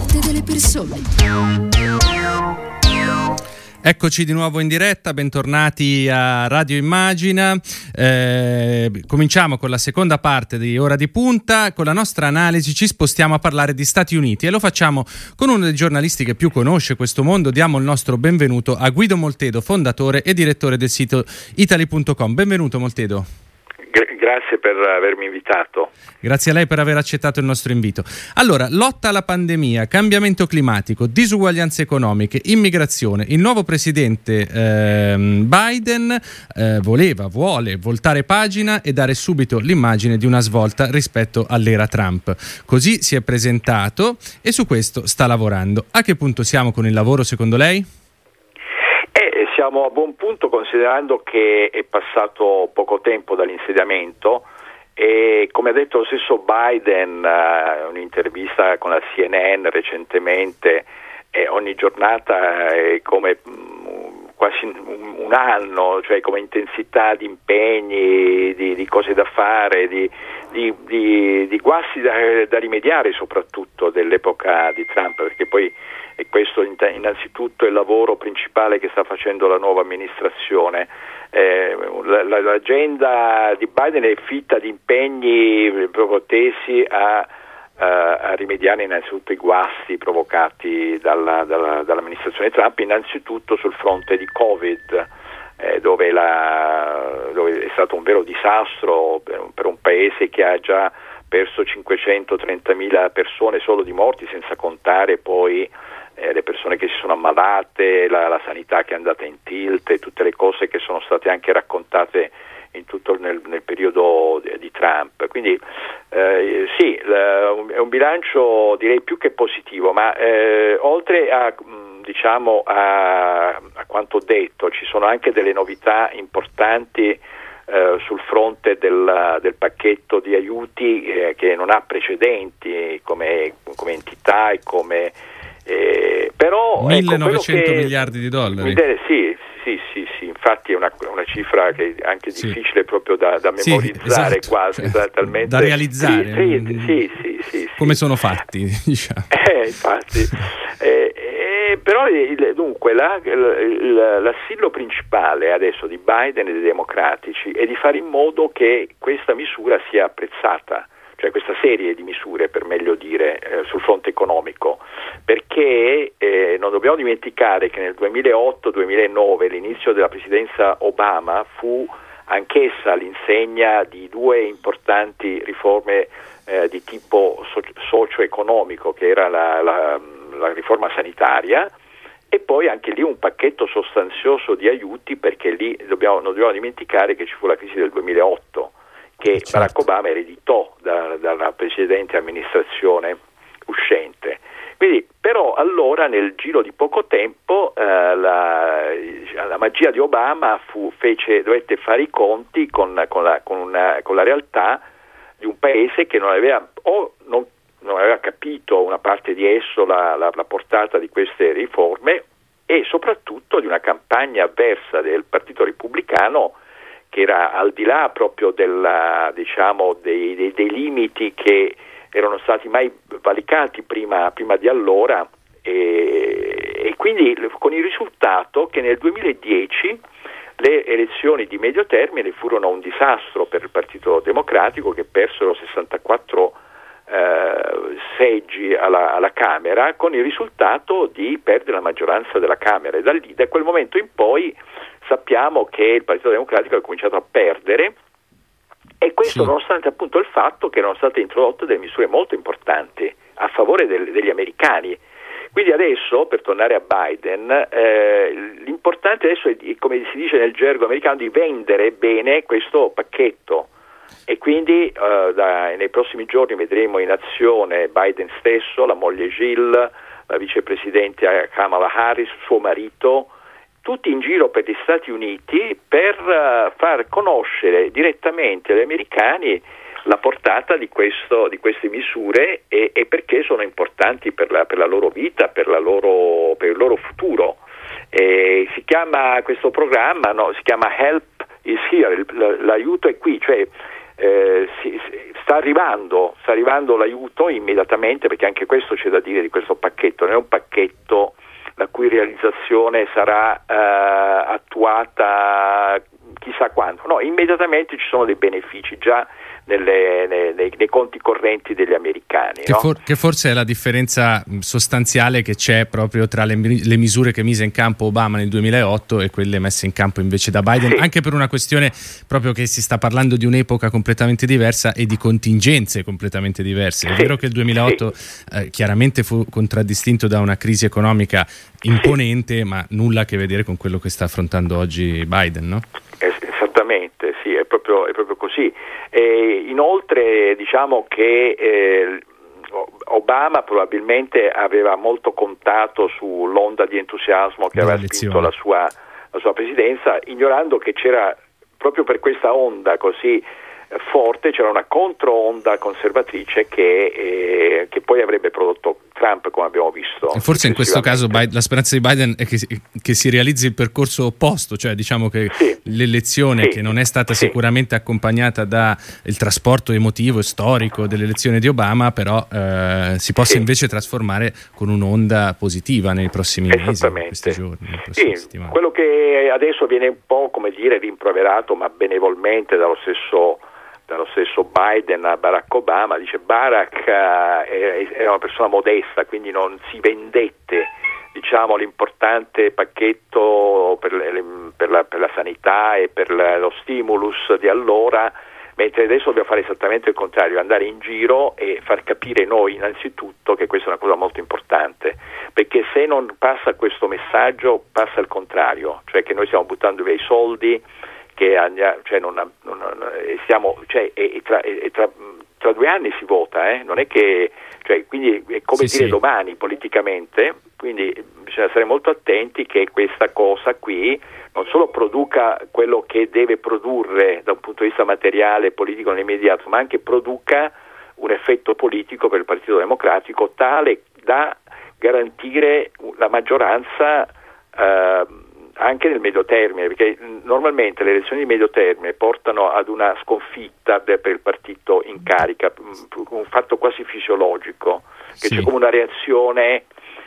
parte delle persone. Eccoci di nuovo in diretta, bentornati a Radio Immagina. Cominciamo con la seconda parte di Ora di Punta. Con la nostra analisi ci spostiamo a parlare di Stati Uniti e lo facciamo con uno dei giornalisti che più conosce questo mondo. Diamo il nostro benvenuto a Guido Moltedo, fondatore e direttore del sito Italy.com. Benvenuto Moltedo. Grazie per avermi invitato. Grazie a lei per aver accettato il nostro invito. Allora, lotta alla pandemia, cambiamento climatico, disuguaglianze economiche, immigrazione. Il nuovo presidente Biden vuole voltare pagina e dare subito l'immagine di una svolta rispetto all'era Trump. Così si è presentato e su questo sta lavorando. A che punto siamo con il lavoro secondo lei? Siamo a buon punto considerando che è passato poco tempo dall'insediamento e come ha detto lo stesso Biden in un'intervista con la CNN recentemente, ogni giornata è come quasi un anno, cioè come intensità di impegni, di cose da fare, di guasti da rimediare soprattutto dell'epoca di Trump, perché poi e questo innanzitutto è il lavoro principale che sta facendo la nuova amministrazione. L'agenda di Biden è fitta di impegni proprio tesi a rimediare innanzitutto i guasti provocati dall'amministrazione Trump, innanzitutto sul fronte di Covid, dove è stato un vero disastro per un paese che ha già perso 530.000 persone solo di morti, senza contare poi le persone che si sono ammalate, la sanità che è andata in tilt e tutte le cose che sono state anche raccontate in tutto nel periodo di Trump. Quindi sì, è un bilancio direi più che positivo, ma oltre a quanto detto ci sono anche delle novità importanti sul fronte del pacchetto di aiuti che non ha precedenti come entità e come però 1.900 miliardi di dollari. Sì, infatti è una cifra che è anche difficile proprio da memorizzare, esatto. Quasi talmente da realizzare. Sì. Come sono fatti, diciamo. Infatti. Però dunque l'assillo principale adesso di Biden e dei democratici è di fare in modo che questa misura sia apprezzata, cioè questa serie di misure, per meglio dire, sul fronte economico, perché non dobbiamo dimenticare che nel 2008-2009, l'inizio della presidenza Obama, fu anch'essa all'insegna di due importanti riforme di tipo socio-economico, che era la riforma sanitaria, e poi anche lì un pacchetto sostanzioso di aiuti, perché lì non dobbiamo dimenticare che ci fu la crisi del 2008, che certo. Barack Obama ereditò dalla precedente amministrazione uscente. Quindi, però allora nel giro di poco tempo la magia di Obama dovette fare i conti con la realtà di un paese che non aveva capito, una parte di esso, la portata di queste riforme, e soprattutto di una campagna avversa del Partito Repubblicano che era al di là proprio dei limiti che erano stati mai valicati prima di allora, e quindi con il risultato che nel 2010 le elezioni di medio termine furono un disastro per il Partito Democratico, che persero 64 seggi alla Camera, con il risultato di perdere la maggioranza della Camera, e da quel momento in poi sappiamo che il Partito Democratico ha cominciato a perdere, e questo nonostante appunto il fatto che erano state introdotte delle misure molto importanti a favore degli americani. Quindi adesso, per tornare a Biden, l'importante adesso è, come si dice nel gergo americano, di vendere bene questo pacchetto, e quindi nei prossimi giorni vedremo in azione Biden stesso, la moglie Jill, la vicepresidente Kamala Harris, suo marito, tutti in giro per gli Stati Uniti per far conoscere direttamente agli americani la portata di queste misure e perché sono importanti per la loro vita, per il loro futuro. Si chiama questo programma, si chiama Help is Here, l'aiuto è qui, cioè sta arrivando l'aiuto immediatamente, perché anche questo c'è da dire di questo pacchetto, non è un pacchetto la cui realizzazione sarà attuata chissà quando, no, immediatamente ci sono dei benefici già nei conti correnti degli americani. Che forse è la differenza sostanziale che c'è proprio tra le misure che mise in campo Obama nel 2008 e quelle messe in campo invece da Biden, sì. Anche per una questione proprio che si sta parlando di un'epoca completamente diversa e di contingenze completamente diverse. È vero che il 2008 chiaramente fu contraddistinto da una crisi economica imponente, ma nulla a che vedere con quello che sta affrontando oggi Biden, no? Esattamente, sì, è proprio così. Inoltre diciamo che Obama probabilmente aveva molto contato sull'onda di entusiasmo che aveva spinto la sua presidenza, ignorando che c'era, proprio per questa onda così forte, c'era una controonda conservatrice che poi avrebbe prodotto Trump, come abbiamo visto. E forse in questo caso la speranza di Biden è che si realizzi il percorso opposto, cioè diciamo che l'elezione, che non è stata sicuramente accompagnata da il trasporto emotivo e storico dell'elezione di Obama, però si possa invece trasformare con un'onda positiva nei prossimi mesi, in questi giorni, nelle prossime settimane. Quello che adesso viene un po', come dire, rimproverato, ma benevolmente dallo stesso Biden a Barack Obama, dice Barack era una persona modesta, quindi non si vendette, diciamo, l'importante pacchetto per la sanità e per lo stimulus di allora, mentre adesso dobbiamo fare esattamente il contrario, andare in giro e far capire noi innanzitutto che questa è una cosa molto importante, perché se non passa questo messaggio passa il contrario, cioè che noi stiamo buttando via i soldi, che tra 2 anni si vota, non è che, cioè, quindi è come dire domani politicamente, quindi bisogna stare molto attenti che questa cosa qui non solo produca quello che deve produrre da un punto di vista materiale e politico nell'immediato, ma anche produca un effetto politico per il Partito Democratico tale da garantire la maggioranza anche nel medio termine, perché normalmente le elezioni di medio termine portano ad una sconfitta per il partito in carica, un fatto quasi fisiologico, che c'è come una reazione,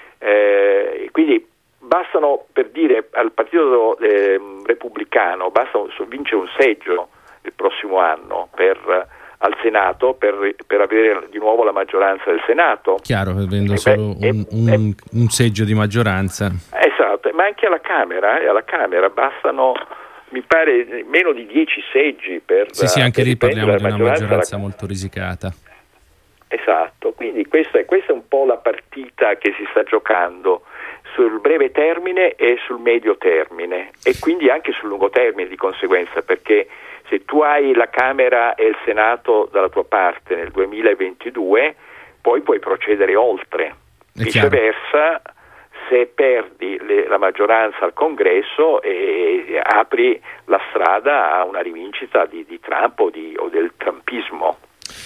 quindi bastano, per dire, al partito repubblicano basta vincere un seggio il prossimo anno al Senato per avere di nuovo la maggioranza del Senato. Chiaro, avendo solo un seggio di maggioranza. Esatto, ma anche alla Camera bastano, mi pare, meno di 10 seggi per... Sì, anche lì parliamo di una maggioranza molto risicata. Esatto, quindi questa è un po' la partita che si sta giocando sul breve termine e sul medio termine, e quindi anche sul lungo termine di conseguenza, perché se tu hai la Camera e il Senato dalla tua parte nel 2022, poi puoi procedere oltre. Viceversa, se perdi la maggioranza al Congresso, apri la strada a una rivincita di Trump o del trumpismo.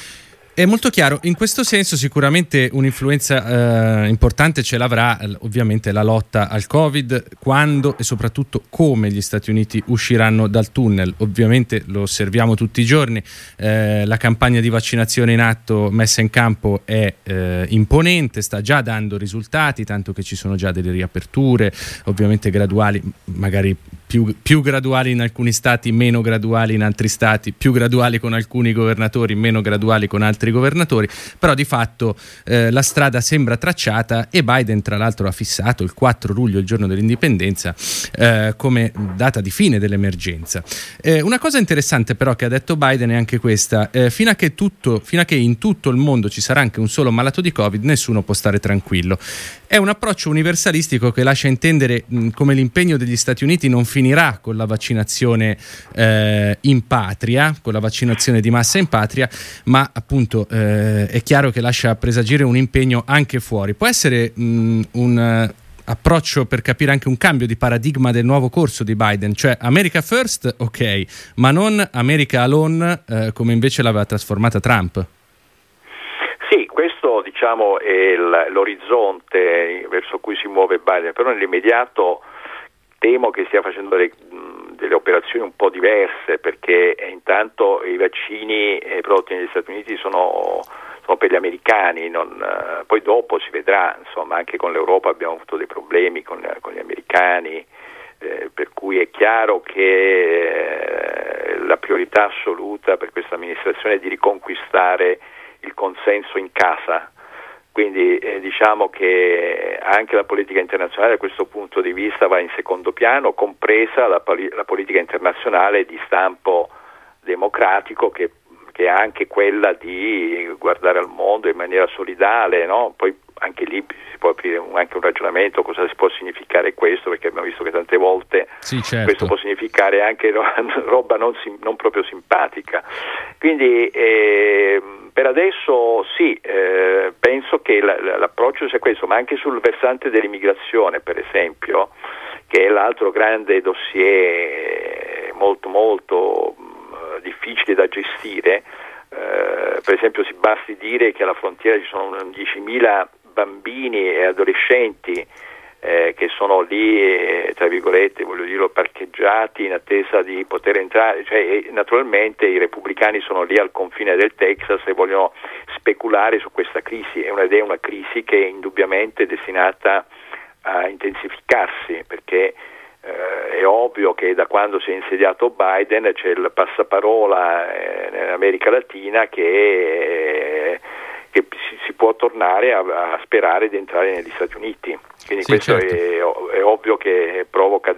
È molto chiaro. In questo senso sicuramente un'influenza importante ce l'avrà ovviamente la lotta al Covid, quando e soprattutto come gli Stati Uniti usciranno dal tunnel. Ovviamente lo osserviamo tutti i giorni, la campagna di vaccinazione in atto messa in campo è imponente, sta già dando risultati, tanto che ci sono già delle riaperture, ovviamente graduali, magari più graduali in alcuni stati, meno graduali in altri stati, più graduali con alcuni governatori, meno graduali con altri governatori, però di fatto la strada sembra tracciata, e Biden tra l'altro ha fissato il 4 luglio, il giorno dell'indipendenza, come data di fine dell'emergenza. Una cosa interessante però che ha detto Biden è anche questa: fino a che in tutto il mondo ci sarà anche un solo malato di Covid, nessuno può stare tranquillo. È un approccio universalistico che lascia intendere come l'impegno degli Stati Uniti non finirà con la vaccinazione in patria, con la vaccinazione di massa in patria, ma appunto è chiaro che lascia presagire un impegno anche fuori. Può essere un approccio per capire anche un cambio di paradigma del nuovo corso di Biden, cioè America First, ok, ma non America Alone, come invece l'aveva trasformata Trump. Sì, questo diciamo è l'orizzonte verso cui si muove Biden, però nell'immediato temo che stia facendo delle operazioni un po' diverse, perché intanto i vaccini prodotti negli Stati Uniti sono per gli americani, poi dopo si vedrà, insomma, anche con l'Europa abbiamo avuto dei problemi con gli americani, per cui è chiaro che la priorità assoluta per questa amministrazione è di riconquistare il consenso in casa. Quindi diciamo che anche la politica internazionale da questo punto di vista va in secondo piano, compresa la politica internazionale di stampo democratico che è anche quella di guardare al mondo in maniera solidale, no? Poi anche lì si può aprire anche un ragionamento cosa si può significare questo, perché abbiamo visto che tante volte certo, questo può significare anche roba non proprio simpatica. Quindi per adesso sì, penso che l'approccio sia questo, ma anche sul versante dell'immigrazione, per esempio, che è l'altro grande dossier molto difficile da gestire. Per esempio basti dire che alla frontiera ci sono 10.000 bambini e adolescenti che sono lì, tra virgolette, voglio dire, parcheggiati in attesa di poter entrare, cioè naturalmente i repubblicani sono lì al confine del Texas e vogliono speculare su questa crisi. È una crisi che indubbiamente è destinata a intensificarsi, perché è ovvio che da quando si è insediato Biden c'è il passaparola nell'America Latina che si può tornare a sperare di entrare negli Stati Uniti. Quindi sì, questo certo, è ovvio che provoca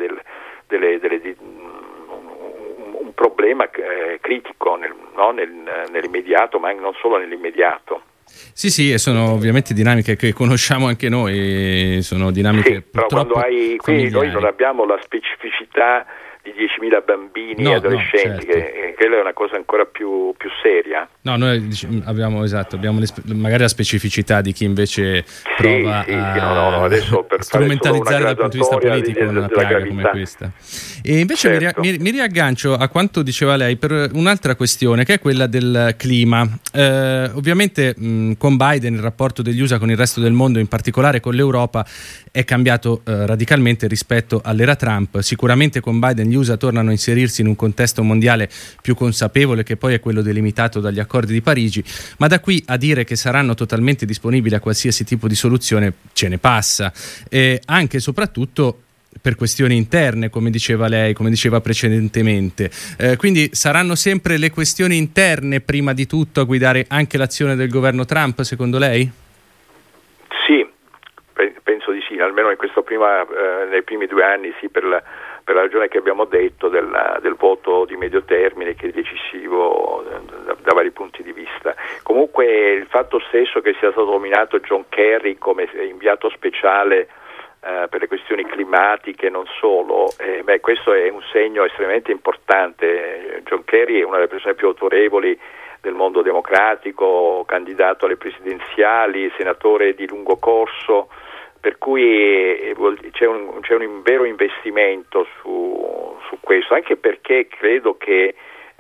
un problema critico nell'immediato, ma non solo nell'immediato. Sì, e sono ovviamente dinamiche che conosciamo anche noi, sono dinamiche sì, però quando qui noi non abbiamo la specificità di 10.000 bambini e adolescenti, certo, che quella è una cosa ancora più seria. No, noi abbiamo magari la specificità di chi invece prova adesso per strumentalizzare dal punto di vista politico una piaga come questa. E invece certo, mi riaggancio a quanto diceva lei per un'altra questione, che è quella del clima. Ovviamente con Biden il rapporto degli USA con il resto del mondo, in particolare con l'Europa, è cambiato radicalmente rispetto all'era Trump. Sicuramente con Biden gli USA tornano a inserirsi in un contesto mondiale più consapevole, che poi è quello delimitato dagli accordi di Parigi, ma da qui a dire che saranno totalmente disponibili a qualsiasi tipo di soluzione ce ne passa, anche e soprattutto per questioni interne, come diceva lei, come diceva precedentemente. Quindi saranno sempre le questioni interne prima di tutto a guidare anche l'azione del governo Trump, secondo lei? Sì, penso di sì, almeno in questo nei primi 2 anni sì, per la ragione che abbiamo detto del voto di medio termine, che è decisivo da vari punti di vista. Comunque il fatto stesso che sia stato nominato John Kerry come inviato speciale per le questioni climatiche, non solo, questo è un segno estremamente importante. John Kerry è una delle persone più autorevoli del mondo democratico, candidato alle presidenziali, senatore di lungo corso, per cui c'è un vero investimento su questo, anche perché credo che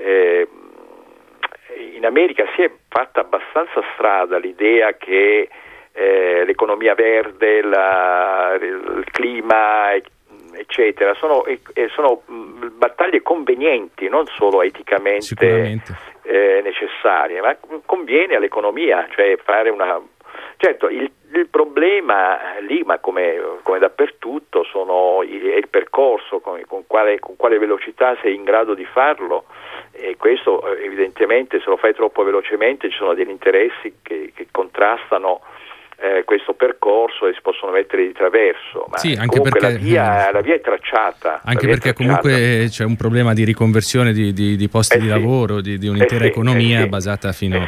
in America si è fatta abbastanza strada l'idea che l'economia verde, il clima, eccetera, sono battaglie convenienti, non solo eticamente necessarie, ma conviene all'equequazione, cioè fare una... Certo, il problema lì, ma come dappertutto, è il percorso, con quale velocità sei in grado di farlo, e questo evidentemente, se lo fai troppo velocemente, ci sono degli interessi che contrastano questo percorso e si possono mettere di traverso, ma sì, anche perché la via è tracciata. Anche perché comunque c'è un problema di riconversione di posti di lavoro, di un'intera economia basata fino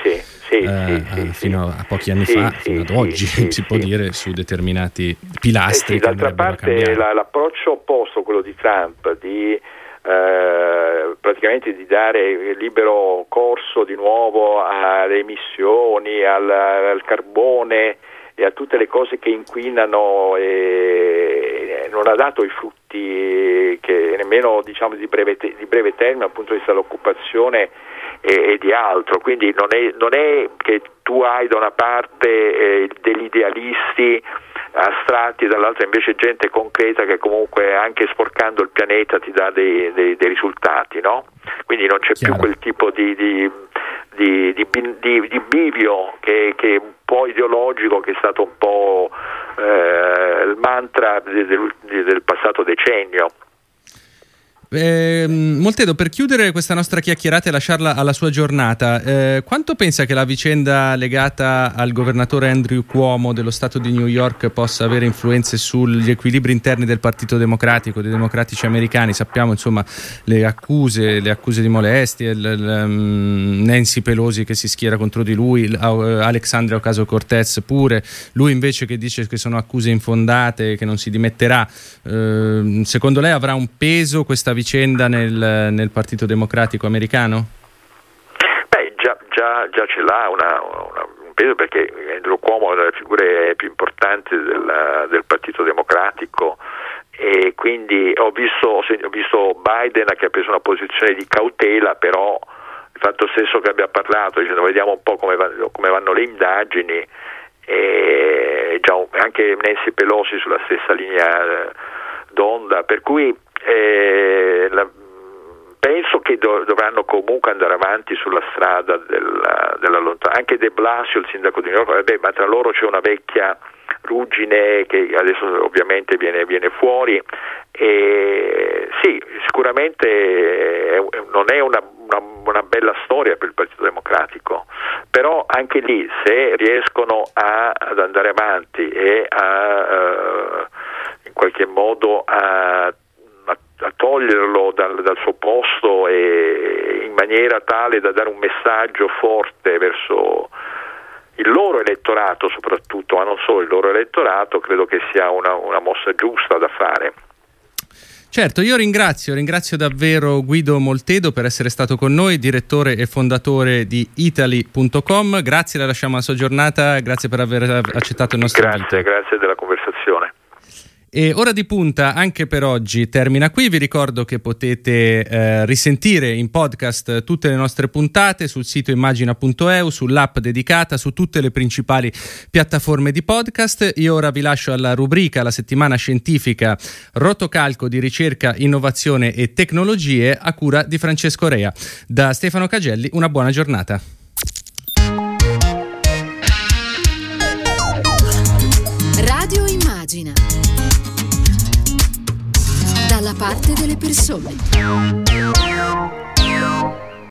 a pochi anni fa, fino ad oggi, si può dire, su determinati pilastri. D'altra parte l'approccio opposto, quello di Trump, di praticamente di dare libero corso di nuovo alle emissioni, al carbone e a tutte le cose che inquinano, e non ha dato i frutti che nemmeno, diciamo, di breve termine dal punto di vista dell'occupazione e di altro. Quindi non è che tu hai da una parte degli idealisti astratti, dall'altra invece gente concreta che comunque anche sporcando il pianeta ti dà dei risultati, no? Quindi non c'è più quel tipo di bivio che è un po' ideologico, che è stato un po' il mantra del passato decennio. Moltedo, per chiudere questa nostra chiacchierata e lasciarla alla sua giornata, quanto pensa che la vicenda legata al governatore Andrew Cuomo dello Stato di New York possa avere influenze sugli equilibri interni del Partito Democratico, dei democratici americani? Sappiamo insomma le accuse di molestie, Nancy Pelosi che si schiera contro di lui, Alexandria Ocasio-Cortez pure, lui invece che dice che sono accuse infondate, che non si dimetterà. Secondo lei avrà un peso questa vicenda nel Partito Democratico americano? Beh, già ce l'ha un peso, perché Andrew Cuomo è una delle figure più importanti del Partito Democratico, e quindi ho visto Biden che ha preso una posizione di cautela, però il fatto stesso che abbia parlato dicendo vediamo un po' come vanno le indagini, e già anche Nancy Pelosi sulla stessa linea d'onda, per cui penso che dovranno comunque andare avanti sulla strada della lontananza. Anche De Blasio, il sindaco di New York, ma tra loro c'è una vecchia ruggine che adesso ovviamente viene fuori, e sì, sicuramente non è una bella storia per il Partito Democratico, però anche lì se riescono ad andare avanti e in qualche modo a toglierlo dal suo posto, e in maniera tale da dare un messaggio forte verso il loro elettorato soprattutto, ma non solo il loro elettorato, credo che sia una mossa giusta da fare. Certo, io ringrazio davvero Guido Moltedo per essere stato con noi, direttore e fondatore di Italy.com. Grazie, la lasciamo alla sua giornata, grazie per aver accettato il nostro invito. Grazie della conversazione. E Ora di Punta anche per oggi termina qui. Vi ricordo che potete risentire in podcast tutte le nostre puntate sul sito immagina.eu, sull'app dedicata, su tutte le principali piattaforme di podcast. Io ora vi lascio alla rubrica La settimana scientifica, rotocalco di ricerca, innovazione e tecnologie, a cura di Francesco Rea. Da Stefano Cagelli, una buona giornata. Radio Immagina, dalla parte delle persone.